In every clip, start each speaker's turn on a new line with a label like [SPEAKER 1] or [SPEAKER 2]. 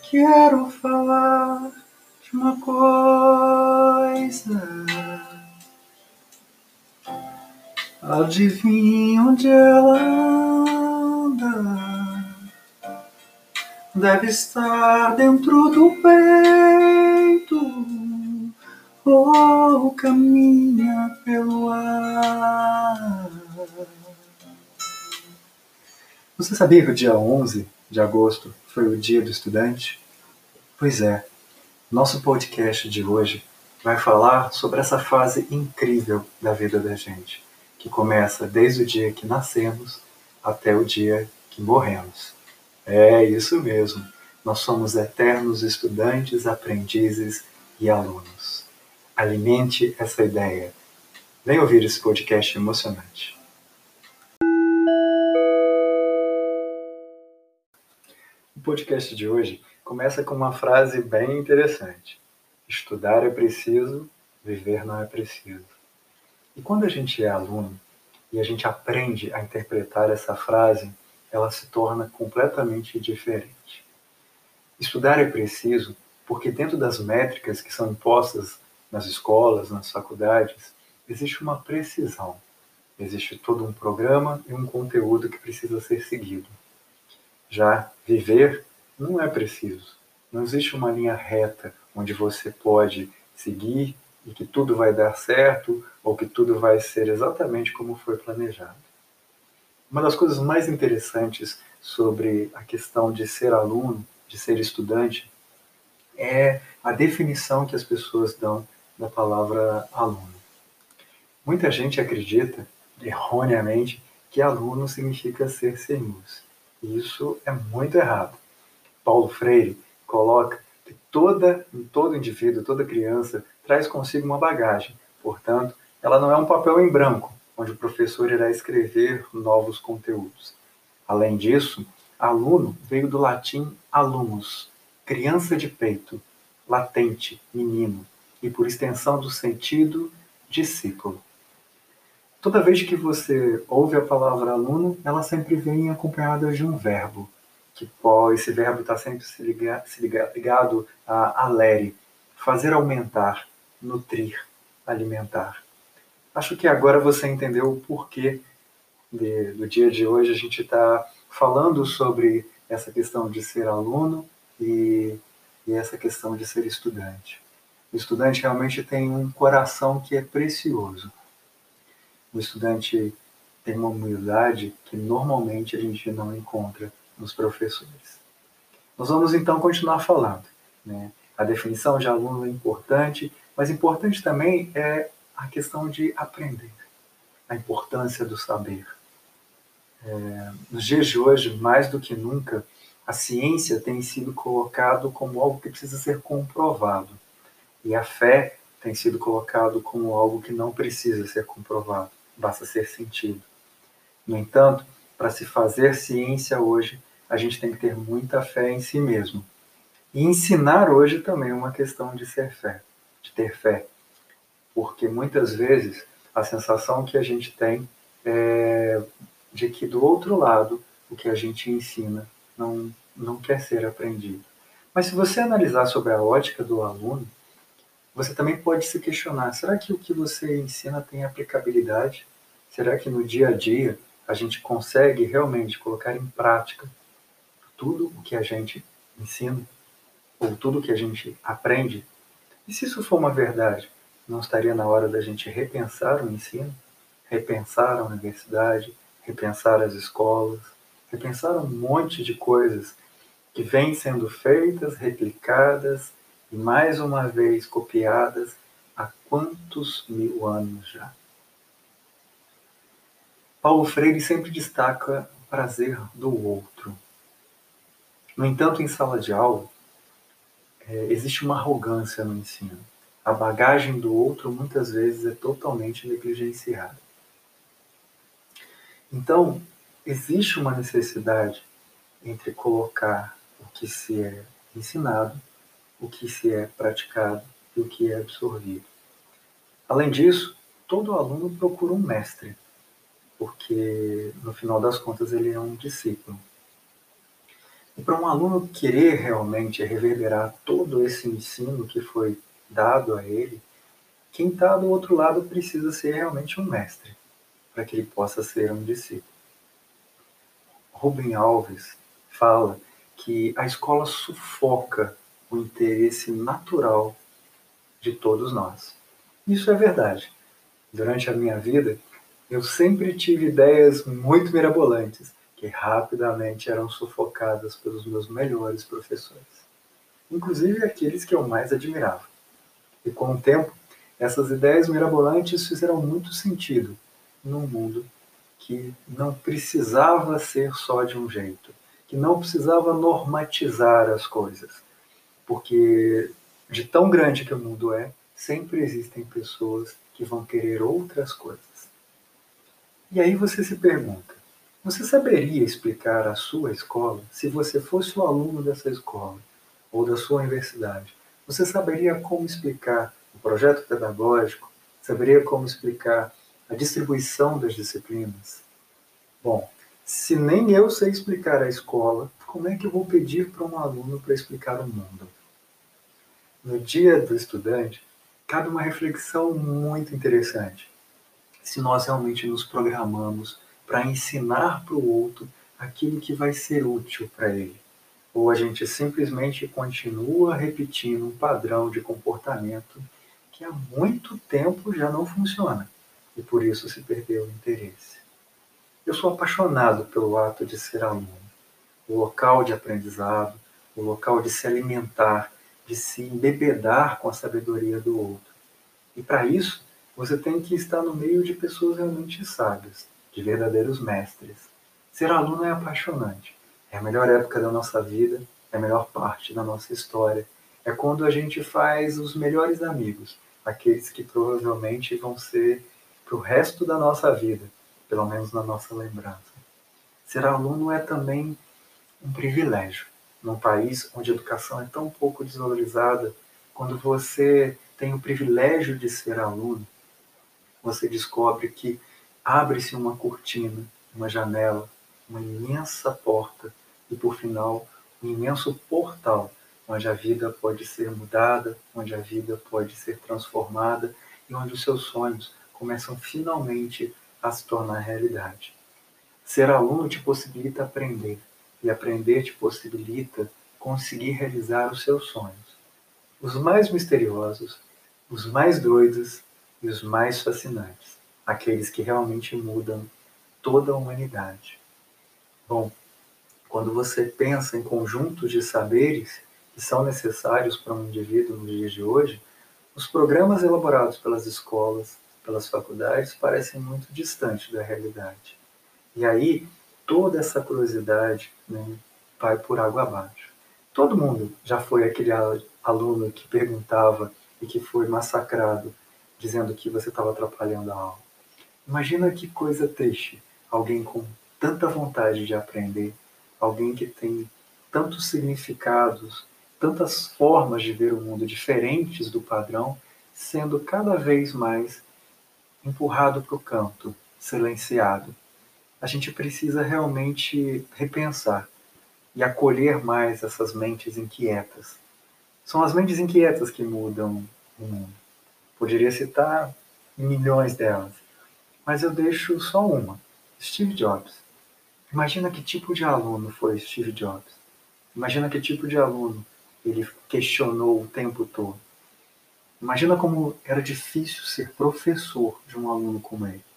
[SPEAKER 1] Quero falar de uma coisa. Adivinha onde ela anda? Deve estar dentro do peito ou caminha pelo ar. Você sabia que o dia 11 de agosto foi o Dia do Estudante? Pois é, nosso podcast de hoje vai falar sobre essa fase incrível da vida da gente, que começa desde o dia que nascemos até o dia que morremos. É isso mesmo, nós somos eternos estudantes, aprendizes e alunos. Alimente essa ideia. Vem ouvir esse podcast emocionante. O podcast de hoje começa com uma frase bem interessante. Estudar é preciso, viver não é preciso. E quando a gente é aluno e a gente aprende a interpretar essa frase, ela se torna completamente diferente. Estudar é preciso porque dentro das métricas que são impostas nas escolas, nas faculdades, existe uma precisão. Existe todo um programa e um conteúdo que precisa ser seguido. Já viver não é preciso. Não existe uma linha reta onde você pode seguir e que tudo vai dar certo ou que tudo vai ser exatamente como foi planejado. Uma das coisas mais interessantes sobre a questão de ser aluno, de ser estudante, é a definição que as pessoas dão da palavra aluno. Muita gente acredita, erroneamente, que aluno significa ser senhores. E isso é muito errado. Paulo Freire coloca que todo indivíduo, toda criança, traz consigo uma bagagem. Portanto, ela não é um papel em branco, onde o professor irá escrever novos conteúdos. Além disso, aluno veio do latim alumus, criança de peito, latente, menino, e por extensão do sentido, discípulo. Toda vez que você ouve a palavra aluno, ela sempre vem acompanhada de um verbo, que esse verbo está sempre ligado a alere, fazer aumentar, nutrir, alimentar. Acho que agora você entendeu o porquê do dia de hoje a gente está falando sobre essa questão de ser aluno e essa questão de ser estudante. O estudante realmente tem um coração que é precioso. O estudante tem uma humildade que normalmente a gente não encontra nos professores. Nós vamos então continuar falando, né? A definição de aluno é importante, mas importante também é a questão de aprender, a importância do saber. Nos dias de hoje, mais do que nunca, a ciência tem sido colocado como algo que precisa ser comprovado. E a fé tem sido colocado como algo que não precisa ser comprovado, basta ser sentido. No entanto, para se fazer ciência hoje, a gente tem que ter muita fé em si mesmo. E ensinar hoje também é uma questão de ser fé, de ter fé. Porque muitas vezes a sensação que a gente tem é de que do outro lado o que a gente ensina não quer ser aprendido. Mas se você analisar sobre a ótica do aluno, você também pode se questionar, será que o que você ensina tem aplicabilidade? Será que no dia a dia a gente consegue realmente colocar em prática tudo o que a gente ensina? Ou tudo o que a gente aprende? E se isso for uma verdade, não estaria na hora da gente repensar o ensino? Repensar a universidade, repensar as escolas, repensar um monte de coisas que vêm sendo feitas, replicadas e mais uma vez copiadas há quantos mil anos já? Paulo Freire sempre destaca o prazer do outro. No entanto, em sala de aula, existe uma arrogância no ensino. A bagagem do outro muitas vezes é totalmente negligenciada. Então, existe uma necessidade entre colocar o que se é ensinado, o que se é praticado e o que é absorvido. Além disso, todo aluno procura um mestre, porque no final das contas ele é um discípulo. E para um aluno querer realmente reverberar todo esse ensino que foi dado a ele, quem está do outro lado precisa ser realmente um mestre, para que ele possa ser um discípulo. Rubem Alves fala que a escola sufoca o interesse natural de todos nós. Isso é verdade. Durante a minha vida, eu sempre tive ideias muito mirabolantes, que rapidamente eram sufocadas pelos meus melhores professores, inclusive aqueles que eu mais admirava. E com o tempo, essas ideias mirabolantes fizeram muito sentido num mundo que não precisava ser só de um jeito, que não precisava normatizar as coisas, porque de tão grande que o mundo é, sempre existem pessoas que vão querer outras coisas. E aí você se pergunta, você saberia explicar a sua escola se você fosse o aluno dessa escola ou da sua universidade? Você saberia como explicar o projeto pedagógico? Saberia como explicar a distribuição das disciplinas? Bom, se nem eu sei explicar a escola, como é que eu vou pedir para um aluno para explicar o mundo? No Dia do Estudante, cabe uma reflexão muito interessante. Se nós realmente nos programamos para ensinar para o outro aquilo que vai ser útil para ele, ou a gente simplesmente continua repetindo um padrão de comportamento que há muito tempo já não funciona e por isso se perdeu o interesse. Eu sou apaixonado pelo ato de ser aluno, o local de aprendizado, o local de se alimentar, de se embebedar com a sabedoria do outro. E para isso, você tem que estar no meio de pessoas realmente sábias, de verdadeiros mestres. Ser aluno é apaixonante. É a melhor época da nossa vida, é a melhor parte da nossa história. É quando a gente faz os melhores amigos, aqueles que provavelmente vão ser para o resto da nossa vida, pelo menos na nossa lembrança. Ser aluno é também um privilégio. Num país onde a educação é tão pouco desvalorizada, quando você tem o privilégio de ser aluno, você descobre que abre-se uma cortina, uma janela, uma imensa porta e, por final, um imenso portal onde a vida pode ser mudada, onde a vida pode ser transformada e onde os seus sonhos começam finalmente a se tornar realidade. Ser aluno te possibilita aprender, e aprender te possibilita conseguir realizar os seus sonhos. Os mais misteriosos, os mais doidos e os mais fascinantes. Aqueles que realmente mudam toda a humanidade. Bom, quando você pensa em conjuntos de saberes que são necessários para um indivíduo nos dias de hoje, os programas elaborados pelas escolas, pelas faculdades, parecem muito distantes da realidade. E aí, toda essa curiosidade, né, vai por água abaixo. Todo mundo já foi aquele aluno que perguntava e que foi massacrado, dizendo que você estava atrapalhando a aula. Imagina que coisa triste, alguém com tanta vontade de aprender, alguém que tem tantos significados, tantas formas de ver o mundo diferentes do padrão, sendo cada vez mais empurrado para o canto, silenciado. A gente precisa realmente repensar e acolher mais essas mentes inquietas. São as mentes inquietas que mudam o mundo. Poderia citar milhões delas, mas eu deixo só uma: Steve Jobs. Imagina que tipo de aluno foi Steve Jobs. Imagina que tipo de aluno ele questionou o tempo todo. Imagina como era difícil ser professor de um aluno como ele.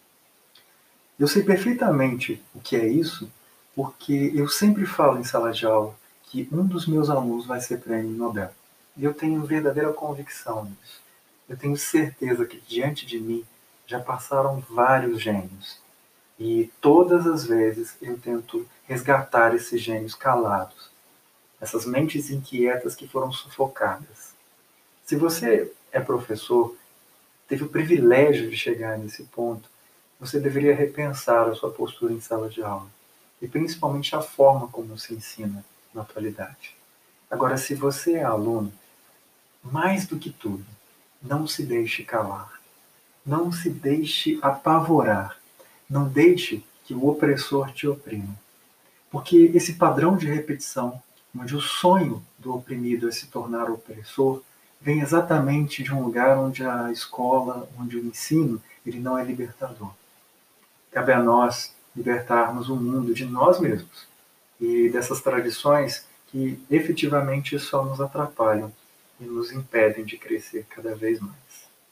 [SPEAKER 1] Eu sei perfeitamente o que é isso, porque eu sempre falo em sala de aula que um dos meus alunos vai ser prêmio Nobel. E eu tenho verdadeira convicção nisso. Eu tenho certeza que diante de mim já passaram vários gênios. E todas as vezes eu tento resgatar esses gênios calados, essas mentes inquietas que foram sufocadas. Se você é professor, teve o privilégio de chegar nesse ponto, você deveria repensar a sua postura em sala de aula e principalmente a forma como se ensina na atualidade. Agora, se você é aluno, mais do que tudo, não se deixe calar, não se deixe apavorar, não deixe que o opressor te oprima. Porque esse padrão de repetição, onde o sonho do oprimido é se tornar opressor, vem exatamente de um lugar onde a escola, onde o ensino, ele não é libertador. Cabe a nós libertarmos o mundo de nós mesmos e dessas tradições que efetivamente só nos atrapalham e nos impedem de crescer cada vez mais.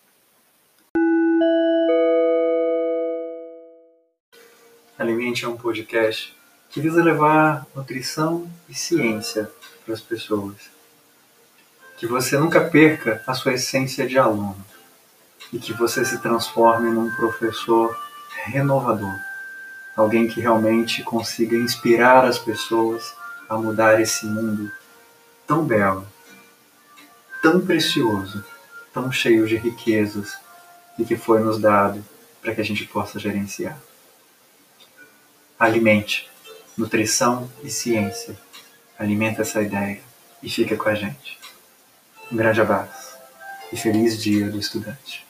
[SPEAKER 1] Alimente é um podcast que visa levar nutrição e ciência para as pessoas. Que você nunca perca a sua essência de aluno e que você se transforme num professor renovador. Alguém que realmente consiga inspirar as pessoas a mudar esse mundo tão belo, tão precioso, tão cheio de riquezas e que foi nos dado para que a gente possa gerenciar. Alimente, nutrição e ciência. Alimenta essa ideia e fica com a gente. Um grande abraço e feliz Dia do Estudante.